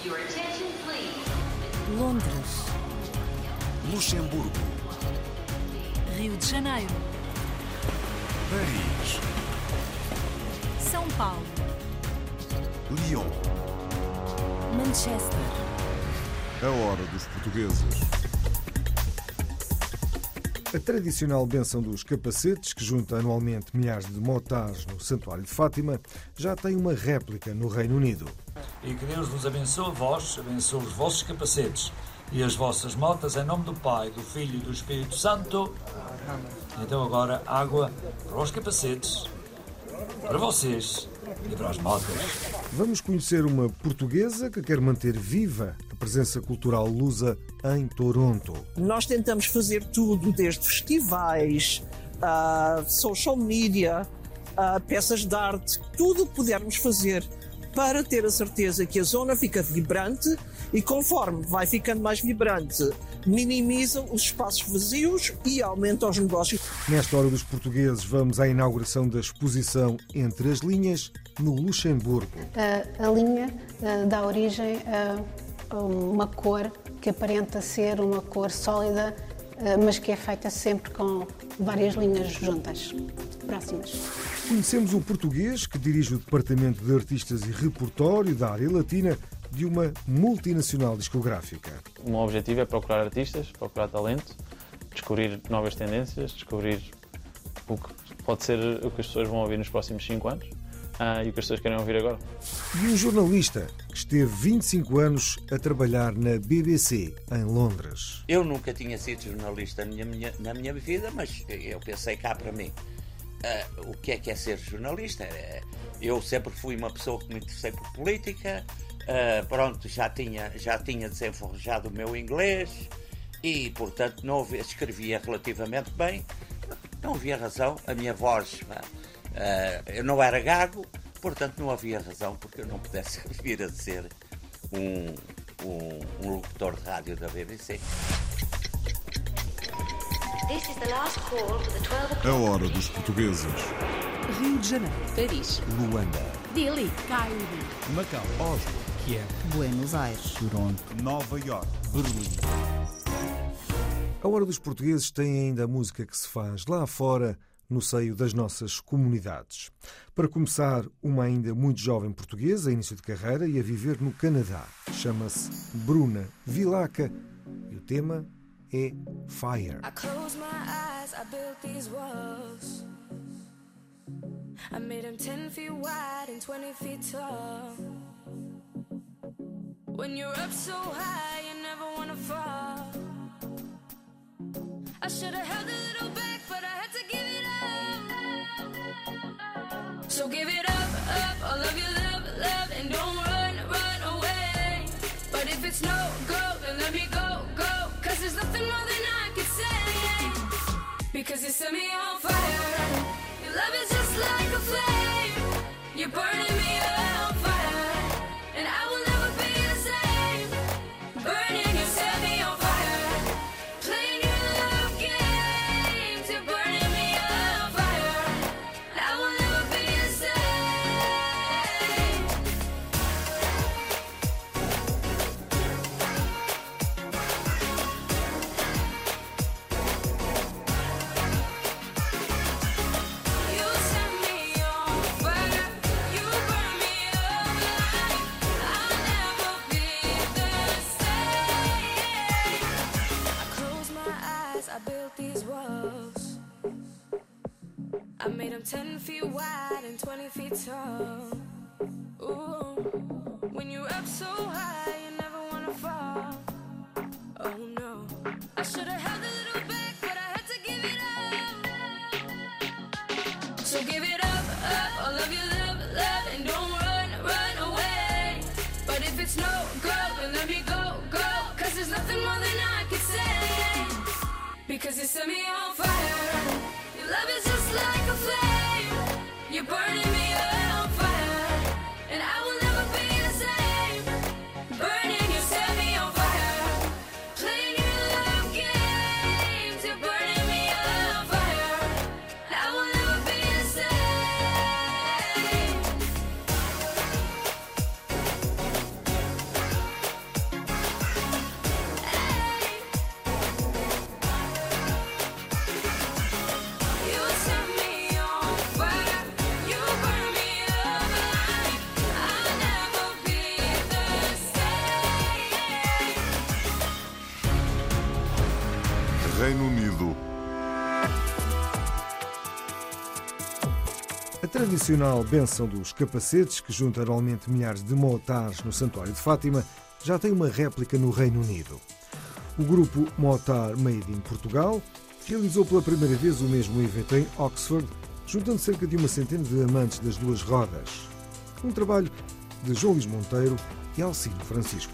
Londres, Luxemburgo, Rio de Janeiro, Paris, São Paulo, Lyon. Manchester. A hora dos portugueses. A tradicional benção dos capacetes, que junta anualmente milhares de motares no Santuário de Fátima, já tem uma réplica no Reino Unido. E que Deus vos abençoe a vós, abençoe os vossos capacetes e as vossas motas, em nome do Pai, do Filho e do Espírito Santo. Então agora, água para os capacetes, para vocês e para as motas. Vamos conhecer uma portuguesa que quer manter viva a presença cultural lusa em Toronto. Nós tentamos fazer tudo, desde festivais, social media, peças de arte, tudo o que pudermos fazer para ter a certeza que a zona fica vibrante e, conforme vai ficando mais vibrante, minimiza os espaços vazios e aumenta os negócios. Nesta hora dos portugueses, vamos à inauguração da exposição Entre as Linhas, no Luxemburgo. A linha dá origem a uma cor que aparenta ser uma cor sólida, mas que é feita sempre com várias linhas juntas, próximas. Conhecemos o português que dirige o Departamento de Artistas e Repertório da área latina de uma multinacional discográfica. O meu objetivo é procurar artistas, procurar talento, descobrir novas tendências, descobrir o que pode ser o que as pessoas vão ouvir nos próximos 5 anos e o que as pessoas querem ouvir agora. E um jornalista que esteve 25 anos a trabalhar na BBC, em Londres. Eu nunca tinha sido jornalista na minha vida, mas eu pensei cá para mim. O que é ser jornalista? Eu sempre fui uma pessoa que me interessei por política, já tinha desenforjado o meu inglês e, portanto, escrevia relativamente bem. Não havia razão, a minha voz, eu não era gago, portanto não havia razão porque eu não pudesse vir a ser um locutor de rádio da BBC. A hora dos portugueses. Rio de Janeiro, Paris, Luanda, Delhi, Cairo, Macau, Oslo, Kiev, Buenos Aires, Toronto, Nova York, Berlim. A hora dos portugueses tem ainda a música que se faz lá fora, no seio das nossas comunidades. Para começar, uma ainda muito jovem portuguesa, a início de carreira e a viver no Canadá. Chama-se Bruna Vilaca e o tema é Fire. I close my eyes, I built these walls. I made them 10 feet wide and 20 feet tall. When you're up so high, you never wanna fall. I should have held a little back, but I had to give it up. So give it up, all of your love, love, and don't run away. But if it's no go, then let me go, cause there's nothing more than I could say. Because you set me on fire. Your love is just like a flame. You're burning me on fire. And I will never be the same. Burning, you set me on fire. Playing your love games. You're burning me on fire. And I will never be the same. You set me on fire. You burn me alive. I'll never be the same. I close my eyes, I built these walls. I made them 10 feet wide and 20 feet tall. Ooh, when you're up so high, you never wanna fall. Oh no, I should have held a little back, but I had to give it up. So give it up, all of your love, love, and don't run away. But if it's no go, then let me go, cause there's nothing more than I could say. Because you set me on fire. Your love is just like a flame. You're burning me on fire. And I will never be the same. Burning, you set me on fire. Playing your love games. You're burning me on fire. And I will never be the same. Reino Unido. A tradicional bênção dos capacetes, que junta anualmente milhares de motares no Santuário de Fátima, já tem uma réplica no Reino Unido. O grupo Motar Made in Portugal realizou pela primeira vez o mesmo evento em Oxford, juntando cerca de uma centena de amantes das duas rodas. Um trabalho de João Luís Monteiro e Alcino Francisco.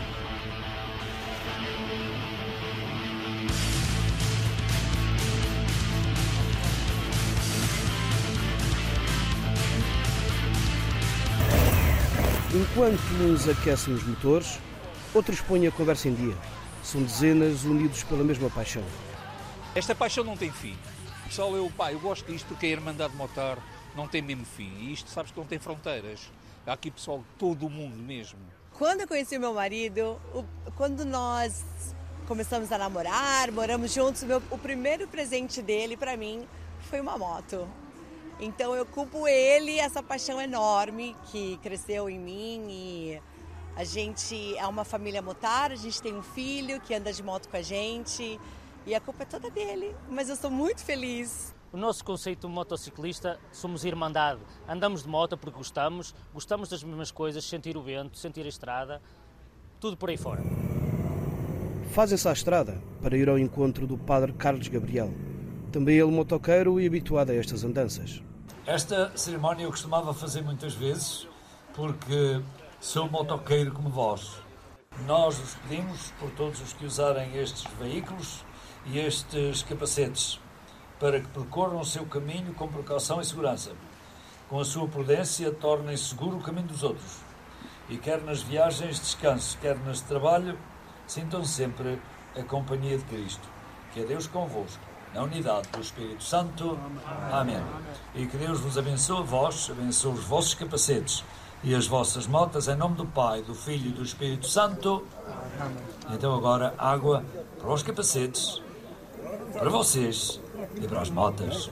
Enquanto uns aquecem os motores, outros põem a conversa em dia. São dezenas unidos pela mesma paixão. Esta paixão não tem fim. Pessoal, eu gosto disto porque a Irmandade Motar não tem mesmo fim. E isto, sabes que não tem fronteiras. Há aqui pessoal de todo o mundo mesmo. Quando eu conheci o meu marido, quando nós começamos a namorar, moramos juntos, o primeiro presente dele para mim foi uma moto. Então eu culpo ele, essa paixão enorme que cresceu em mim, e a gente é uma família motar, a gente tem um filho que anda de moto com a gente e a culpa é toda dele, mas eu sou muito feliz. O nosso conceito de motociclista, somos irmandade, andamos de moto porque gostamos das mesmas coisas, sentir o vento, sentir a estrada, tudo por aí fora. Fazem-se à estrada para ir ao encontro do padre Carlos Gabriel, também ele motoqueiro e habituado a estas andanças. Esta cerimónia eu costumava fazer muitas vezes porque sou motoqueiro como vós. Nós vos pedimos por todos os que usarem estes veículos e estes capacetes para que percorram o seu caminho com precaução e segurança. Com a sua prudência, tornem seguro o caminho dos outros. E quer nas viagens de descanso, quer nas de trabalho, sintam sempre a companhia de Cristo. Que é Deus convosco, na unidade do Espírito Santo. Amém. E que Deus vos abençoe a vós, abençoe os vossos capacetes e as vossas motas, em nome do Pai, do Filho e do Espírito Santo. Então agora, água para os capacetes, para vocês e para as motas.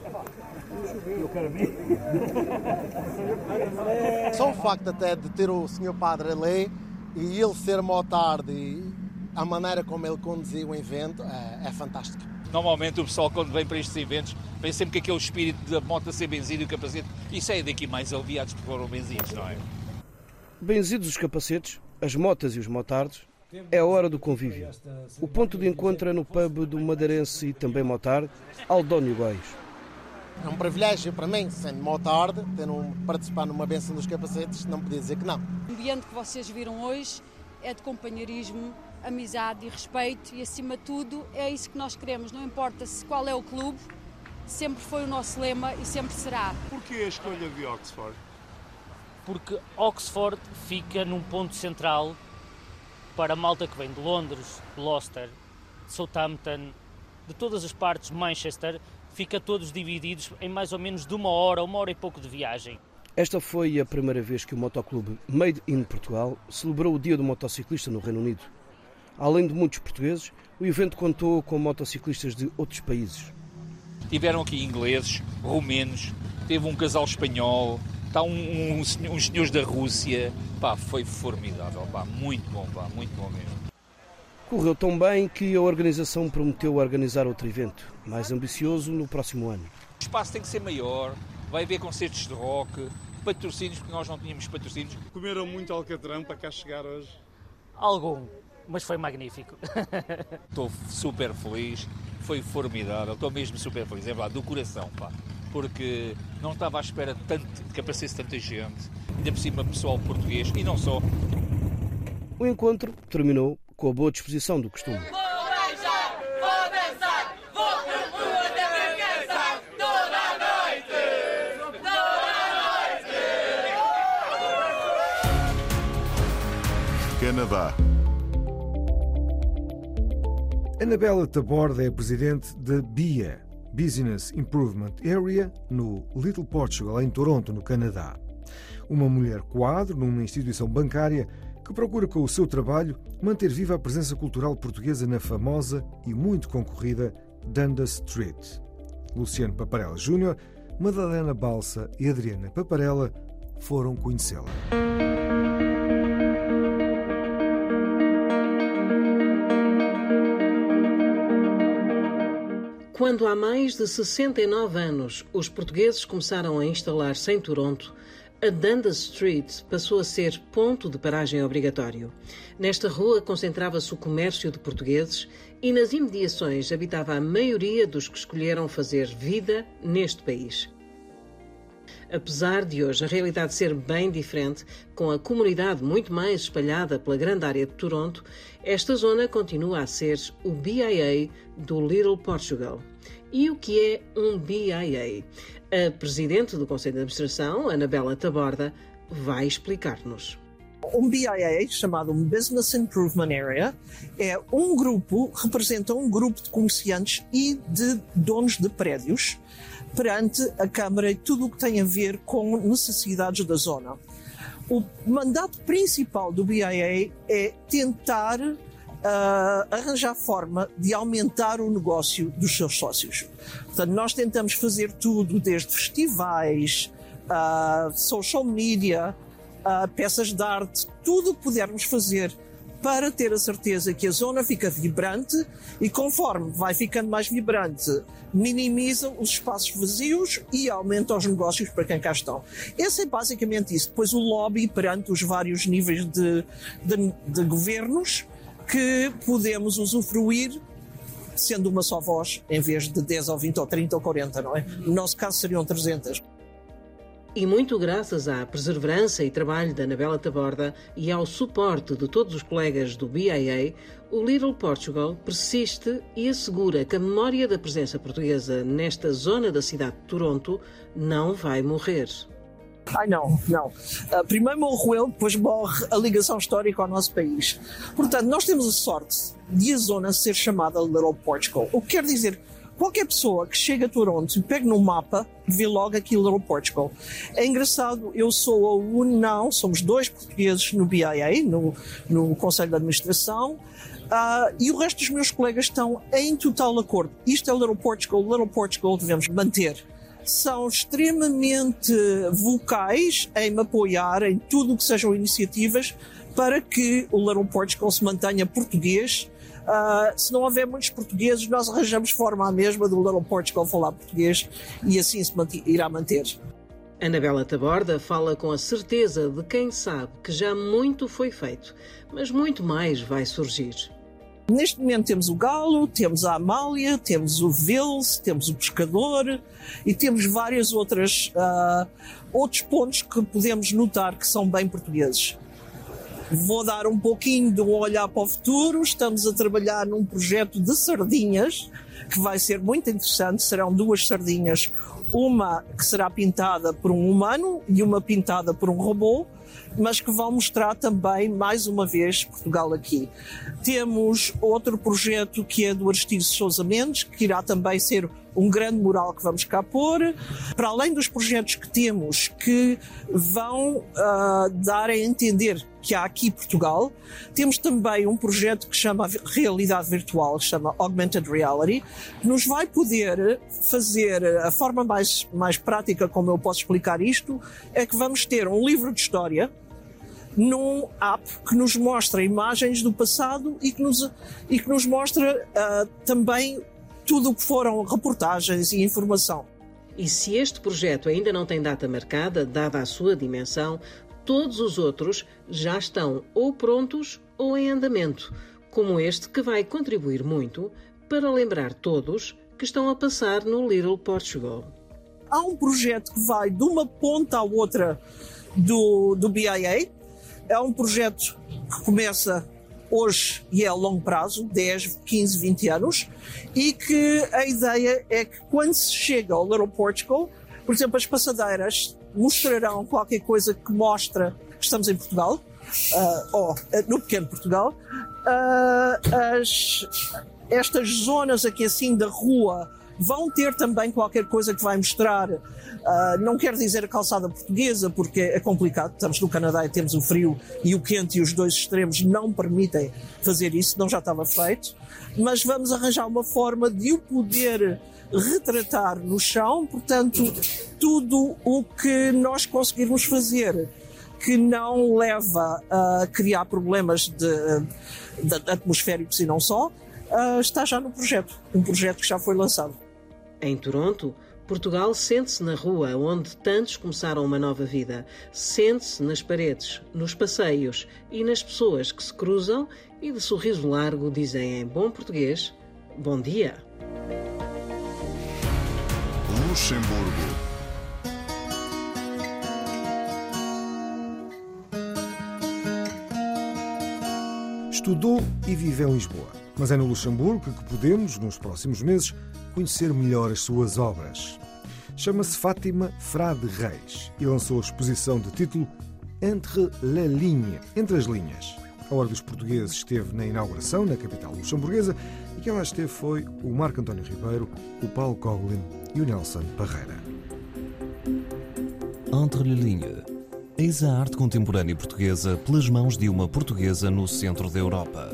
Só o facto até de ter o Sr. Padre ali e ele ser motarde e a maneira como ele conduziu o evento é fantástico. Normalmente o pessoal, quando vem para estes eventos, vem sempre com aquele espírito da moto a ser benzido e o capacete, e saem daqui mais aliviados porque foram benzidos, não é? Benzidos os capacetes, as motas e os motardos, é a hora do convívio. O ponto de encontro é no pub do madeirense e também motarde, Aldónio Góis. É um privilégio para mim, sendo motarde, participar numa benção dos capacetes, não podia dizer que não. O ambiente que vocês viram hoje é de companheirismo, amizade e respeito, e acima de tudo é isso que nós queremos, não importa qual é o clube, sempre foi o nosso lema e sempre será. Porquê a escolha de Oxford? Porque Oxford fica num ponto central para a malta que vem de Londres, de Gloucester, de Southampton, de todas as partes de Manchester, fica todos divididos em mais ou menos de uma hora e pouco de viagem. Esta foi a primeira vez que o Motoclube Made in Portugal celebrou o Dia do Motociclista no Reino Unido. Além de muitos portugueses, o evento contou com motociclistas de outros países. Tiveram aqui ingleses, romenos, teve um casal espanhol, está uns senhores da Rússia. Foi formidável, muito bom mesmo. Correu tão bem que a organização prometeu organizar outro evento, mais ambicioso, no próximo ano. O espaço tem que ser maior, vai haver concertos de rock, patrocínios, porque nós não tínhamos patrocínios. Comeram muito alcatrão para cá chegar hoje? Algum, mas foi magnífico. Estou super feliz, foi formidável, estou mesmo super feliz, é verdade, do coração, porque não estava à espera de que aparecesse tanta gente, ainda por cima pessoal português e não só. O encontro terminou com a boa disposição do costume. Canadá. Anabela Taborda é a presidente da BIA, Business Improvement Area, no Little Portugal, em Toronto, no Canadá. Uma mulher quadro numa instituição bancária que procura com o seu trabalho manter viva a presença cultural portuguesa na famosa e muito concorrida Dundas Street. Luciano Paparella Júnior, Madalena Balsa e Adriana Paparella foram conhecê-la. Quando há mais de 69 anos os portugueses começaram a instalar-se em Toronto, a Dundas Street passou a ser ponto de paragem obrigatório. Nesta rua concentrava-se o comércio de portugueses e nas imediações habitava a maioria dos que escolheram fazer vida neste país. Apesar de hoje a realidade ser bem diferente, com a comunidade muito mais espalhada pela grande área de Toronto, esta zona continua a ser o BIA do Little Portugal. E o que é um BIA? A presidente do Conselho de Administração, Anabela Taborda, vai explicar-nos. Um BIA, chamado um Business Improvement Area, representa um grupo de comerciantes e de donos de prédios perante a Câmara e tudo o que tem a ver com necessidades da zona. O mandato principal do BIA é tentar arranjar forma de aumentar o negócio dos seus sócios. Portanto, nós tentamos fazer tudo, desde festivais, social media, peças de arte, tudo o que pudermos fazer para ter a certeza que a zona fica vibrante e, conforme vai ficando mais vibrante, minimiza os espaços vazios e aumenta os negócios para quem cá estão. Esse é basicamente isso. Depois o lobby perante os vários níveis de governos que podemos usufruir sendo uma só voz, em vez de 10 ou 20 ou 30 ou 40, não é? No nosso caso seriam 300. E muito graças à perseverança e trabalho da Anabela Taborda e ao suporte de todos os colegas do BIA, o Little Portugal persiste e assegura que a memória da presença portuguesa nesta zona da cidade de Toronto não vai morrer. Ai, não. Primeiro morre ele, depois morre a ligação histórica ao nosso país. Portanto, nós temos a sorte de a zona ser chamada Little Portugal. O que quer dizer, qualquer pessoa que chega a Toronto e pega no mapa, vê logo aqui Little Portugal. É engraçado, eu sou somos 2 portugueses no BIA, no Conselho de Administração, e o resto dos meus colegas estão em total acordo. Isto é Little Portugal devemos manter. São extremamente vocais em me apoiar em tudo o que sejam iniciativas para que o Little Portugal se mantenha português. Se não houver muitos portugueses, nós arranjamos forma à mesma do Little Portugal falar português e assim se irá manter. Anabela Taborda fala com a certeza de quem sabe que já muito foi feito, mas muito mais vai surgir. Neste momento temos o Galo, temos a Amália, temos o Vils, temos o Pescador e temos vários outros pontos que podemos notar que são bem portugueses. Vou dar um pouquinho de um olhar para o futuro. Estamos a trabalhar num projeto de sardinhas que vai ser muito interessante. Serão 2 sardinhas, uma que será pintada por um humano e uma pintada por um robô, mas que vão mostrar também, mais uma vez, Portugal aqui. Temos outro projeto que é do Aristides Sousa Mendes, que irá também ser um grande mural que vamos cá pôr. Para além dos projetos que temos que vão dar a entender que há aqui Portugal, temos também um projeto que chama Realidade Virtual, que chama Augmented Reality, que nos vai poder fazer a forma mais prática como eu posso explicar isto, é que vamos ter um livro de história num app que nos mostra imagens do passado e que nos mostra também tudo o que foram reportagens e informação. E se este projeto ainda não tem data marcada, dada a sua dimensão, todos os outros já estão ou prontos ou em andamento, como este que vai contribuir muito para lembrar todos que estão a passar no Little Portugal. Há um projeto que vai de uma ponta à outra do BIA. É um projeto que começa hoje e é a longo prazo, 10, 15, 20 anos, e que a ideia é que quando se chega ao Little Portugal, por exemplo, as passadeiras mostrarão qualquer coisa que mostra que estamos em Portugal, ou no pequeno Portugal. Estas zonas aqui assim da rua vão ter também qualquer coisa que vai mostrar, não quero dizer a calçada portuguesa, porque é complicado, estamos no Canadá e temos o frio e o quente e os 2 extremos não permitem fazer isso, não já estava feito, mas vamos arranjar uma forma de o poder retratar no chão, portanto, tudo o que nós conseguirmos fazer que não leva a criar problemas de atmosféricos e não só, está já no projeto, um projeto que já foi lançado. Em Toronto, Portugal sente-se na rua onde tantos começaram uma nova vida. Sente-se nas paredes, nos passeios e nas pessoas que se cruzam e de sorriso largo dizem em bom português, bom dia. Luxemburgo. Estudou e viveu em Lisboa, mas é no Luxemburgo que podemos, nos próximos meses, conhecer melhor as suas obras. Chama-se Fátima Frade Reis e lançou a exposição de título Entre les lignes, Entre as Linhas. A Hora dos Portugueses esteve na inauguração, na capital luxemburguesa, e quem lá esteve foi o Marco António Ribeiro, o Paulo Coughlin e o Nelson Parreira. Entre les lignes. Eis a arte contemporânea portuguesa pelas mãos de uma portuguesa no centro da Europa.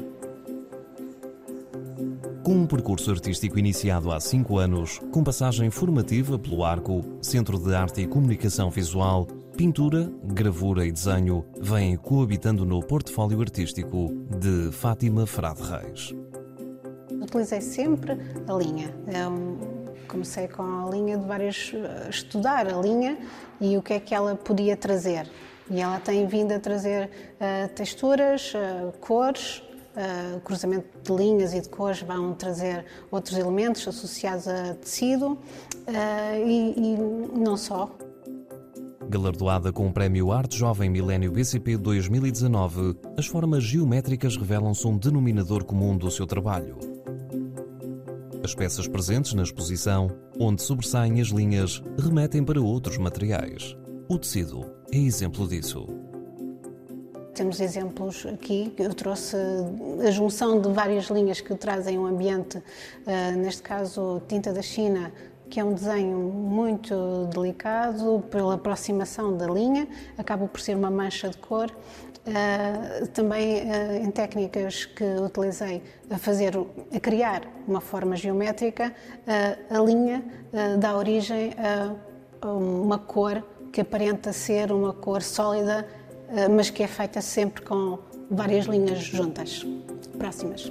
Com um percurso artístico iniciado há 5 anos, com passagem formativa pelo Arco, Centro de Arte e Comunicação Visual, pintura, gravura e desenho vêm coabitando no portfólio artístico de Fátima Frade Reis. Utilizei sempre a linha. Comecei com a linha de estudar a linha e o que é que ela podia trazer. E ela tem vindo a trazer texturas, cores, cruzamento de linhas e de cores vão trazer outros elementos associados a tecido e não só. Galardoada com o Prémio Arte Jovem Milénio BCP 2019, as formas geométricas revelam-se um denominador comum do seu trabalho. As peças presentes na exposição, onde sobressaem as linhas, remetem para outros materiais. O tecido é exemplo disso. Temos exemplos aqui, eu trouxe a junção de várias linhas que trazem um ambiente, neste caso tinta da China, que é um desenho muito delicado pela aproximação da linha, acaba por ser uma mancha de cor. Também em técnicas que utilizei a criar uma forma geométrica, a linha dá origem a uma cor que aparenta ser uma cor sólida, mas que é feita sempre com várias linhas juntas, próximas.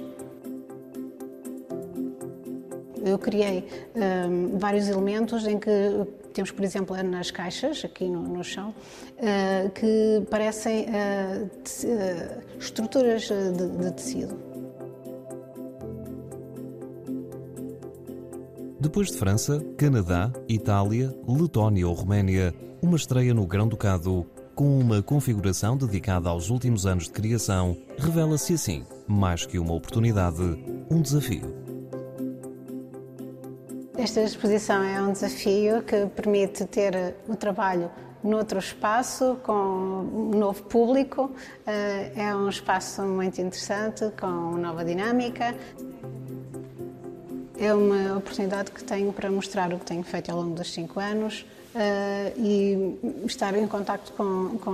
Eu criei vários elementos em que temos, por exemplo, nas caixas, aqui no chão, que parecem estruturas de tecido. Depois de França, Canadá, Itália, Letónia ou Roménia, uma estreia no Grão-Ducado, com uma configuração dedicada aos últimos anos de criação, revela-se assim, mais que uma oportunidade, um desafio. Esta exposição é um desafio que permite ter o trabalho noutro espaço, com um novo público. É um espaço muito interessante, com nova dinâmica. É uma oportunidade que tenho para mostrar o que tenho feito ao longo dos 5 anos e estar em contacto com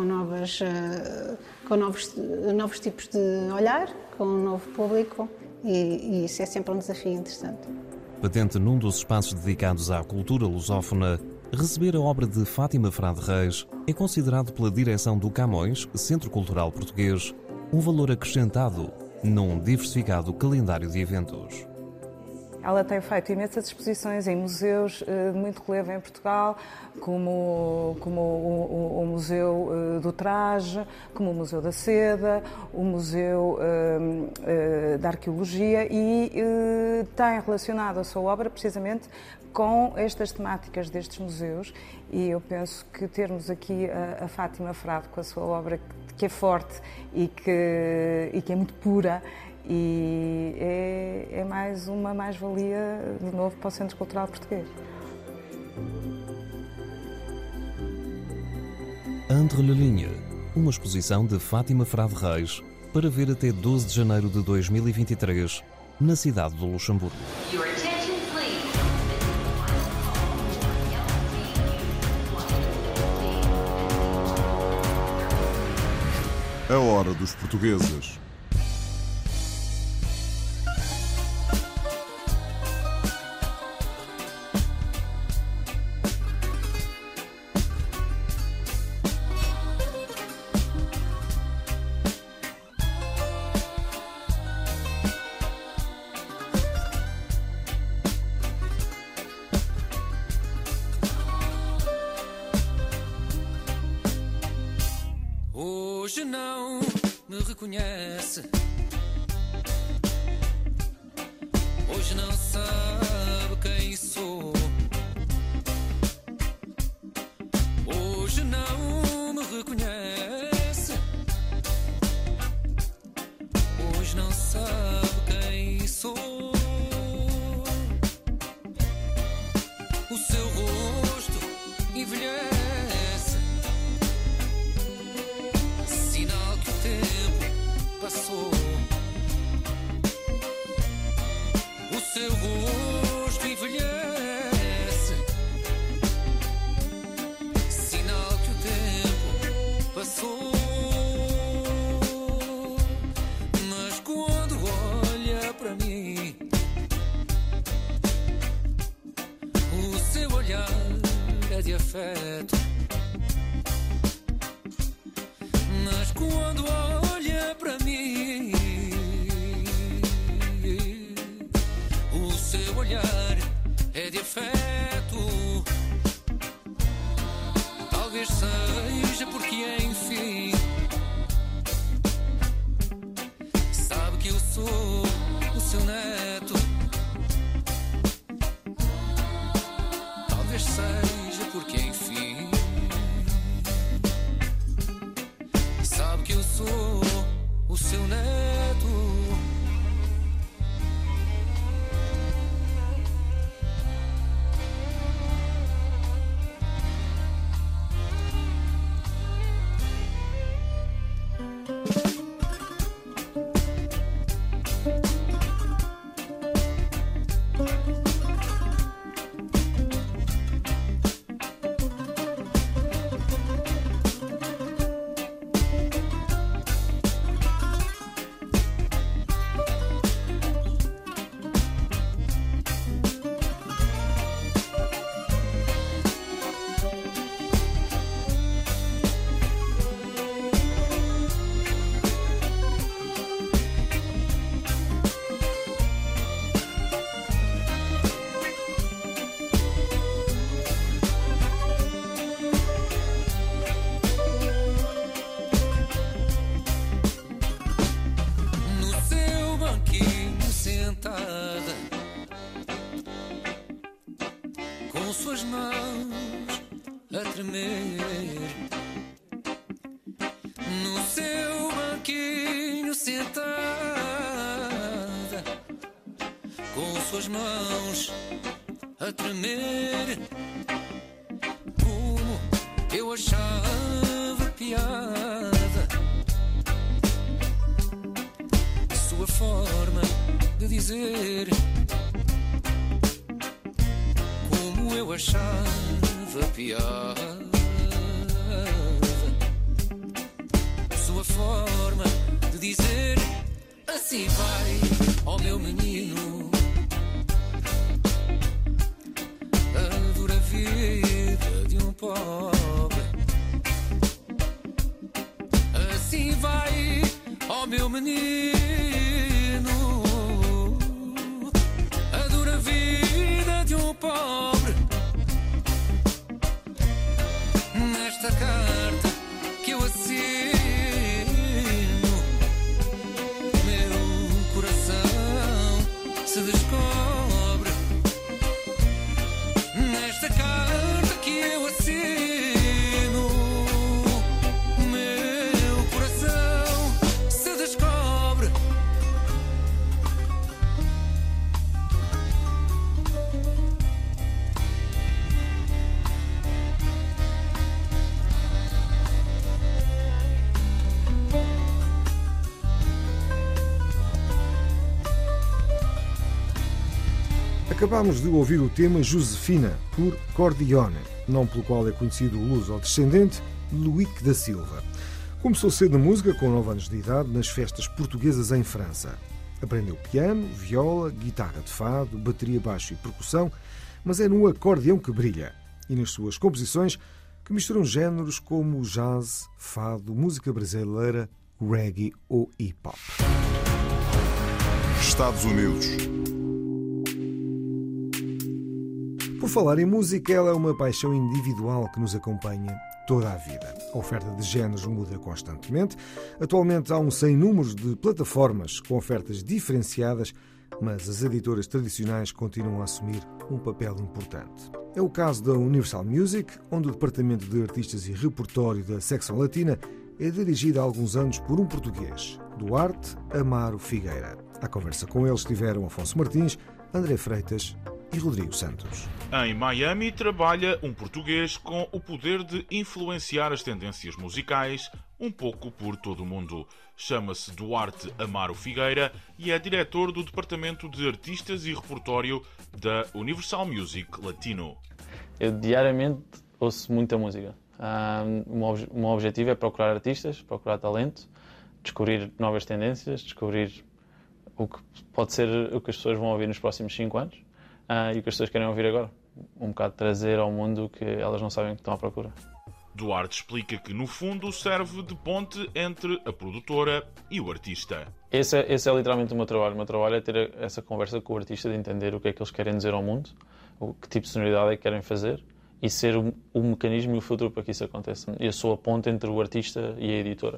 novos tipos de olhar, com um novo público e isso é sempre um desafio interessante. Patente num dos espaços dedicados à cultura lusófona, receber a obra de Fátima Frade Reis é considerado pela direção do Camões, Centro Cultural Português, um valor acrescentado num diversificado calendário de eventos. Ela tem feito imensas exposições em museus de muito relevo em Portugal, como o Museu do Traje, como o Museu da Seda, o Museu da Arqueologia e tem relacionado a sua obra precisamente com estas temáticas destes museus e eu penso que termos aqui a Fátima Frade com a sua obra que é forte e que é muito pura e é mais uma mais-valia, de novo, para o Centro Cultural Português. Entre les lignes, uma exposição de Fátima Frade Reis para ver até 12 de janeiro de 2023, na cidade do Luxemburgo. A Hora dos Portugueses. não me reconhece, hoje não sabe quem sou, hoje não me reconhece, hoje não sabe quem sou. O seu rosto envelhece, sinal que o tempo passou. O seu rosto envelhece, sinal que o tempo passou. Mas quando olha para mim, o seu olhar é de afeto. Mas quando olha para mim, o seu olhar é de afeto. Talvez seja porque enfim sabe que eu sou o seu neto. Talvez seja porque enfim sabe que eu sou o seu neto. Com suas mãos a tremer, no seu banquinho sentada, com suas mãos a tremer, como eu achava piada sua forma de dizer, como eu achava piada sua forma de dizer. Assim vai, ó meu menino, a dura vida de um pobre. Assim vai, ó meu menino, a dura vida de um pobre. Nesta carta que eu assino, meu coração se descobre. Nesta carta que eu assino, meu coração se descobre. Acabámos de ouvir o tema Josefina, por Cordione, nome pelo qual é conhecido o luso-descendente Luíque da Silva. Começou cedo na música, com 9 anos de idade, nas festas portuguesas em França. Aprendeu piano, viola, guitarra de fado, bateria, baixo e percussão, mas é no acordeão que brilha e nas suas composições que misturam géneros como jazz, fado, música brasileira, reggae ou hip-hop. Estados Unidos. Por falar em música, ela é uma paixão individual que nos acompanha toda a vida. A oferta de géneros muda constantemente. Atualmente há um sem números de plataformas com ofertas diferenciadas, mas as editoras tradicionais continuam a assumir um papel importante. É o caso da Universal Music, onde o Departamento de Artistas e Repertório da Secção Latina é dirigido há alguns anos por um português, Duarte Amaro Figueira. À conversa com eles estiveram Afonso Martins, André Freitas e Rodrigo Santos. Em Miami trabalha um português com o poder de influenciar as tendências musicais um pouco por todo o mundo. Chama-se Duarte Amaro Figueira e é diretor do Departamento de Artistas e Repertório da Universal Music Latino. Eu diariamente ouço muita música. O meu objetivo é procurar artistas, procurar talento, descobrir novas tendências, descobrir o que pode ser o que as pessoas vão ouvir nos próximos 5 anos e o que as pessoas querem ouvir agora. Um bocado trazer ao mundo que elas não sabem que estão à procura. Duarte explica que, no fundo, serve de ponte entre a produtora e o artista. Esse é literalmente o meu trabalho. O meu trabalho é ter essa conversa com o artista, de entender o que é que eles querem dizer ao mundo, que tipo de sonoridade é que querem fazer e ser o mecanismo e o filtro para que isso aconteça. Eu sou a ponte entre o artista e a editora.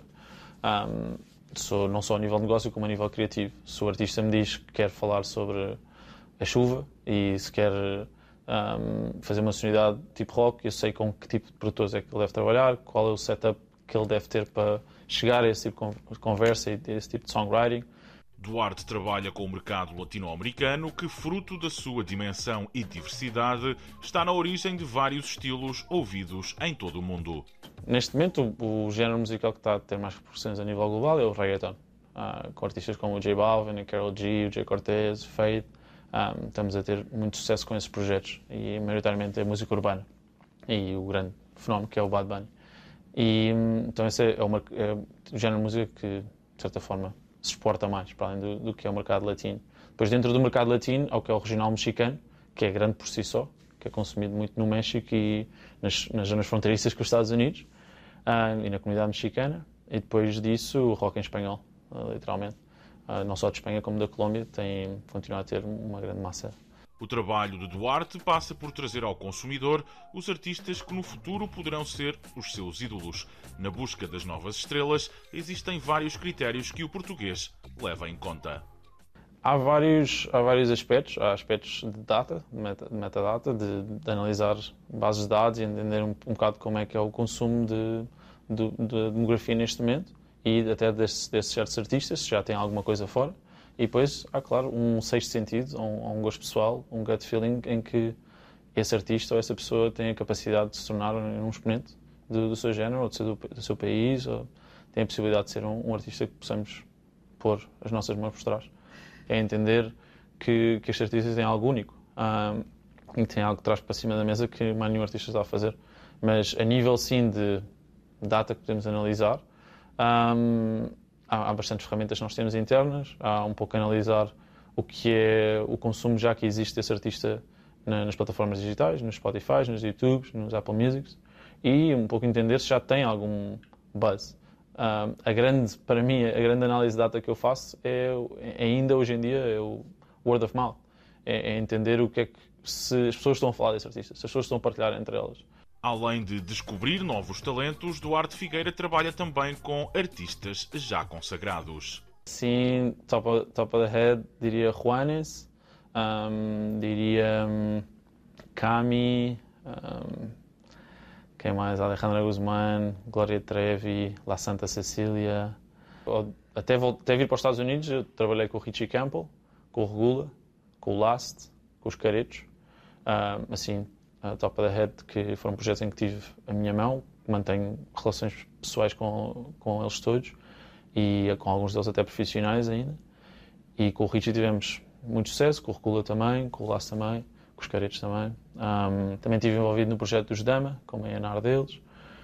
Não só a nível de negócio, como a nível criativo. Se o artista me diz que quer falar sobre a chuva e se quer fazer uma sonoridade tipo rock, eu sei com que tipo de produtores é que ele deve trabalhar, qual é o setup que ele deve ter para chegar a esse tipo de conversa e a esse tipo de songwriting. Duarte trabalha com o mercado latino-americano que, fruto da sua dimensão e diversidade, está na origem de vários estilos ouvidos em todo o mundo. Neste momento, o género musical que está a ter mais repercussões a nível global é o reggaeton, com artistas como o J Balvin, a Karol G, o Jay Cortez, o Fade. Estamos a ter muito sucesso com esses projetos e, maioritariamente, é música urbana e o grande fenómeno que é o Bad Bunny. Então esse é o género de música que, de certa forma, se exporta mais para além do que é o mercado latino. Depois, dentro do mercado latino, há o que é o regional mexicano, que é grande por si só, que é consumido muito no México e nas zonas fronteiriças com os Estados Unidos e na comunidade mexicana. E depois disso, o rock em espanhol, literalmente. Não só de Espanha como da Colômbia, continua a ter uma grande massa. O trabalho de Duarte passa por trazer ao consumidor os artistas que no futuro poderão ser os seus ídolos. Na busca das novas estrelas, existem vários critérios que o português leva em conta. Há vários aspectos. Há aspectos de data, de metadata, de analisar bases de dados e entender um bocado como é que é o consumo de demografia neste momento e até desses certos artistas, se já tem alguma coisa fora. E depois há, claro, um sexto sentido, um gosto pessoal, um gut feeling em que esse artista ou essa pessoa tem a capacidade de se tornar um exponente do seu género ou do seu país, ou tem a possibilidade de ser um artista que possamos pôr as nossas mãos por trás. É entender que este artista tem algo único e que tem algo que traz para cima da mesa que mais nenhum artista está a fazer. Mas a nível, sim, de data que podemos analisar, há bastantes ferramentas que nós temos internas, há um pouco a analisar o que é o consumo já que existe desse artista nas plataformas digitais, nos Spotify, nos YouTubes, nos Apple Musics, e um pouco entender se já tem algum buzz. Para mim, a grande análise de data que eu faço ainda hoje em dia é o word of mouth. É entender o que é que se as pessoas estão a falar desse artista, se as pessoas estão a partilhar entre elas. Além de descobrir novos talentos, Duarte Figueira trabalha também com artistas já consagrados. Sim, top of the head, diria Juanes, diria Cami, quem mais? Alejandra Guzmán, Gloria Trevi, La Santa Cecília. Até vir para os Estados Unidos, eu trabalhei com o Richie Campbell, com o Regula, com o Last, com os Caretos. Top of the Head, que foram projetos em que tive a minha mão, mantenho relações pessoais com eles todos e com alguns deles até profissionais ainda. E com o Richie tivemos muito sucesso, com o Regula também, com o Last também, com os Caretos também. Também estive envolvido no projeto dos Dama, como a ENAR deles.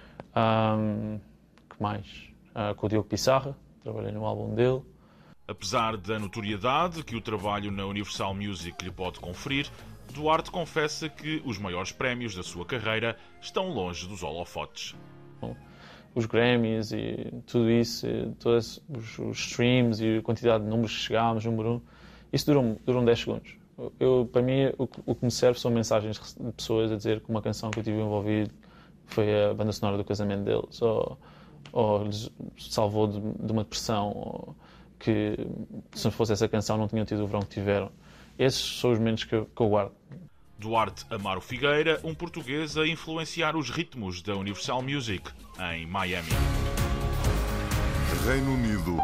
Que mais? Com o Diogo Pissarra, trabalhei no álbum dele. Apesar da notoriedade que o trabalho na Universal Music lhe pode conferir, Duarte confessa que os maiores prémios da sua carreira estão longe dos holofotes. Os Grammys e tudo isso, todos os streams e a quantidade de números que chegámos, número 1, isso duram 10 segundos. Para mim, o que me serve são mensagens de pessoas a dizer que uma canção que eu tive envolvido foi a banda sonora do casamento deles, ou lhes salvou de uma depressão, ou que se não fosse essa canção não tinham tido o verão que tiveram. Esses são os momentos que eu guardo. Duarte Amaro Figueira, um português a influenciar os ritmos da Universal Music em Miami. Reino Unido.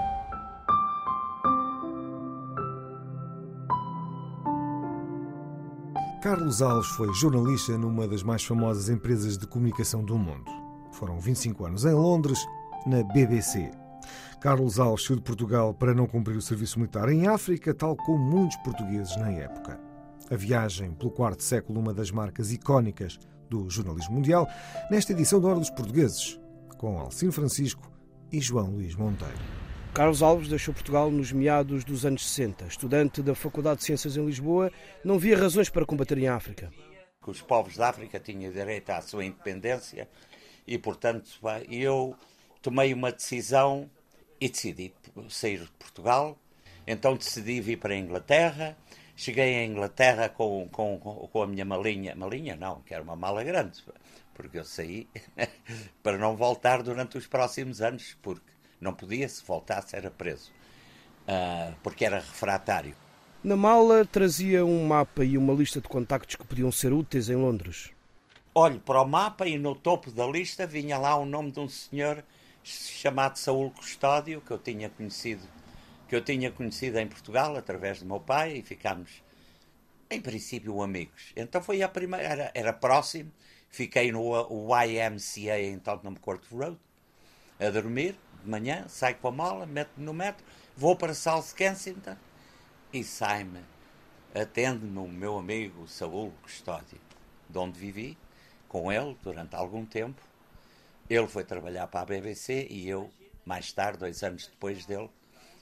Carlos Alves foi jornalista numa das mais famosas empresas de comunicação do mundo. Foram 25 anos em Londres, na BBC. Carlos Alves saiu de Portugal para não cumprir o serviço militar em África, tal como muitos portugueses na época. A viagem pelo quarto século, uma das marcas icónicas do jornalismo mundial, nesta edição da Hora dos Portugueses, com Alcino Francisco e João Luís Monteiro. Carlos Alves deixou Portugal nos meados dos anos 60. Estudante da Faculdade de Ciências em Lisboa, não via razões para combater em África. Os povos da África tinham direito à sua independência e, portanto, eu tomei uma decisão e decidi sair de Portugal. Então decidi vir para a Inglaterra. Cheguei à Inglaterra com a minha malinha não, que era uma mala grande, porque eu saí para não voltar durante os próximos anos, porque não podia, se voltasse era preso, porque era refratário. Na mala trazia um mapa e uma lista de contactos que podiam ser úteis em Londres. Olho para o mapa e no topo da lista vinha lá o nome de um senhor chamado Saúl Custódio, que eu tinha conhecido em Portugal através do meu pai, e ficámos, em princípio, amigos. Então foi a primeira, era próximo, fiquei no YMCA em Tottenham Court Road, a dormir, de manhã, saio com a mala, meto-me no metro, vou para South Kensington e sai-me, atende-me o meu amigo Saúl Custódio, de onde vivi com ele durante algum tempo. Ele foi trabalhar para a BBC e eu, mais tarde, 2 anos depois dele,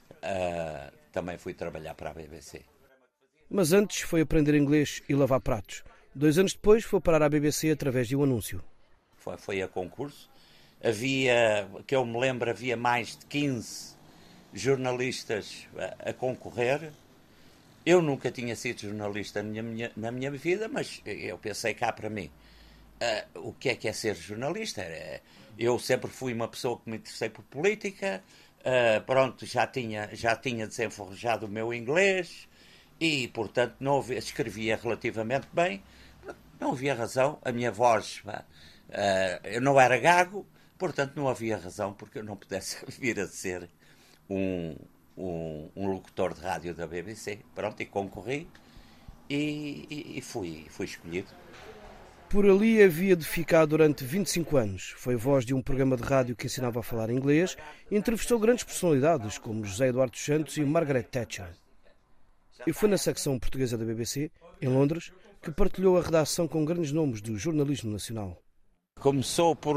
também fui trabalhar para a BBC. Mas antes foi aprender inglês e lavar pratos. 2 anos depois foi parar à BBC através de um anúncio. Foi a concurso. Que eu me lembro, havia mais de 15 jornalistas a concorrer. Eu nunca tinha sido jornalista na minha vida, mas eu pensei cá para mim, o que é ser jornalista? Eu sempre fui uma pessoa que me interessei por política, já tinha desenferrujado o meu inglês e, portanto, escrevia relativamente bem. Não havia razão, a minha voz, eu não era gago, portanto não havia razão porque eu não pudesse vir a ser um locutor de rádio da BBC. Pronto, e concorri e fui escolhido. Por ali havia de ficar durante 25 anos. Foi voz de um programa de rádio que ensinava a falar inglês e entrevistou grandes personalidades como José Eduardo dos Santos e Margaret Thatcher. E foi na secção portuguesa da BBC, em Londres, que partilhou a redação com grandes nomes do jornalismo nacional. Começou por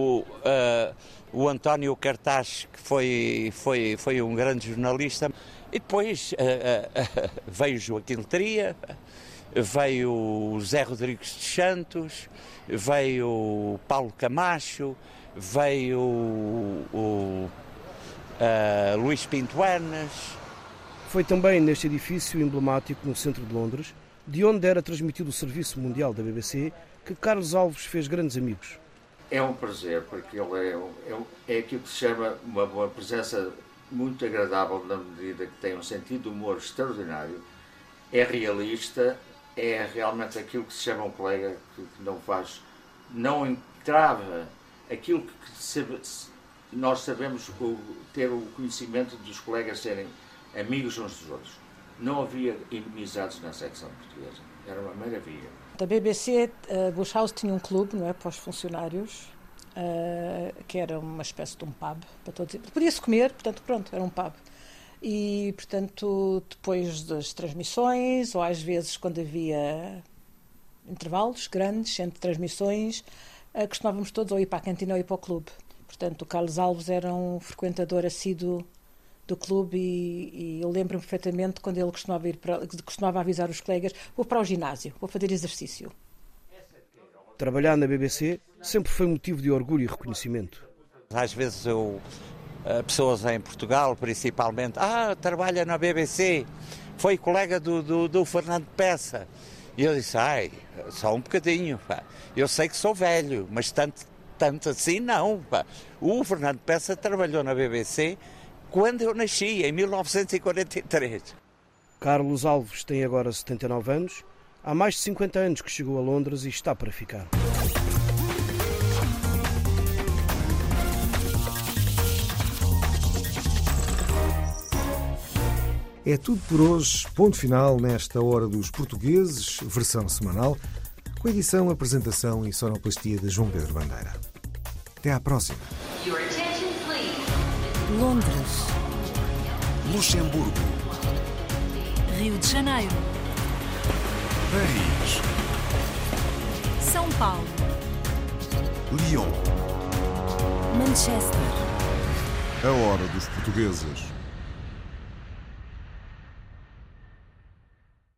o António Cartaz, que foi um grande jornalista, e depois veio Joaquim Letria, veio o José Rodrigues dos Santos, veio o Paulo Camacho, veio o Luís Pinto Enas. Foi também neste edifício emblemático no centro de Londres, de onde era transmitido o Serviço Mundial da BBC, que Carlos Alves fez grandes amigos. É um prazer, porque ele é aquilo que se chama uma presença muito agradável, na medida que tem um sentido de humor extraordinário, é realista, é realmente aquilo que se chama um colega que não entrava aquilo que nós sabemos ter o conhecimento dos colegas serem amigos uns dos outros. Não havia inimizades na secção portuguesa, era uma maravilha. A BBC, Bush House tinha um clube, não é, para os funcionários, que era uma espécie de um pub, para todos. Podia-se comer, portanto, pronto, era um pub. E, portanto, depois das transmissões, ou às vezes quando havia intervalos grandes entre transmissões, costumávamos todos ou ir para a cantina ou ir para o clube. Portanto, o Carlos Alves era um frequentador assíduo do clube e eu lembro-me perfeitamente quando ele costumava avisar os colegas: vou para o ginásio, vou fazer exercício. Trabalhar na BBC sempre foi motivo de orgulho e reconhecimento. Às vezes pessoas em Portugal, principalmente, trabalha na BBC, foi colega do Fernando Peça. E eu disse, só um bocadinho, eu sei que sou velho, mas tanto assim não. Pá. O Fernando Peça trabalhou na BBC quando eu nasci, em 1943. Carlos Alves tem agora 79 anos. Há mais de 50 anos que chegou a Londres e está para ficar. É tudo por hoje. Ponto final nesta Hora dos Portugueses, versão semanal, com edição, apresentação e sonoplastia de João Pedro Bandeira. Até à próxima. Londres. Luxemburgo. Rio de Janeiro. Paris. São Paulo. Lyon. Manchester. A Hora dos Portugueses.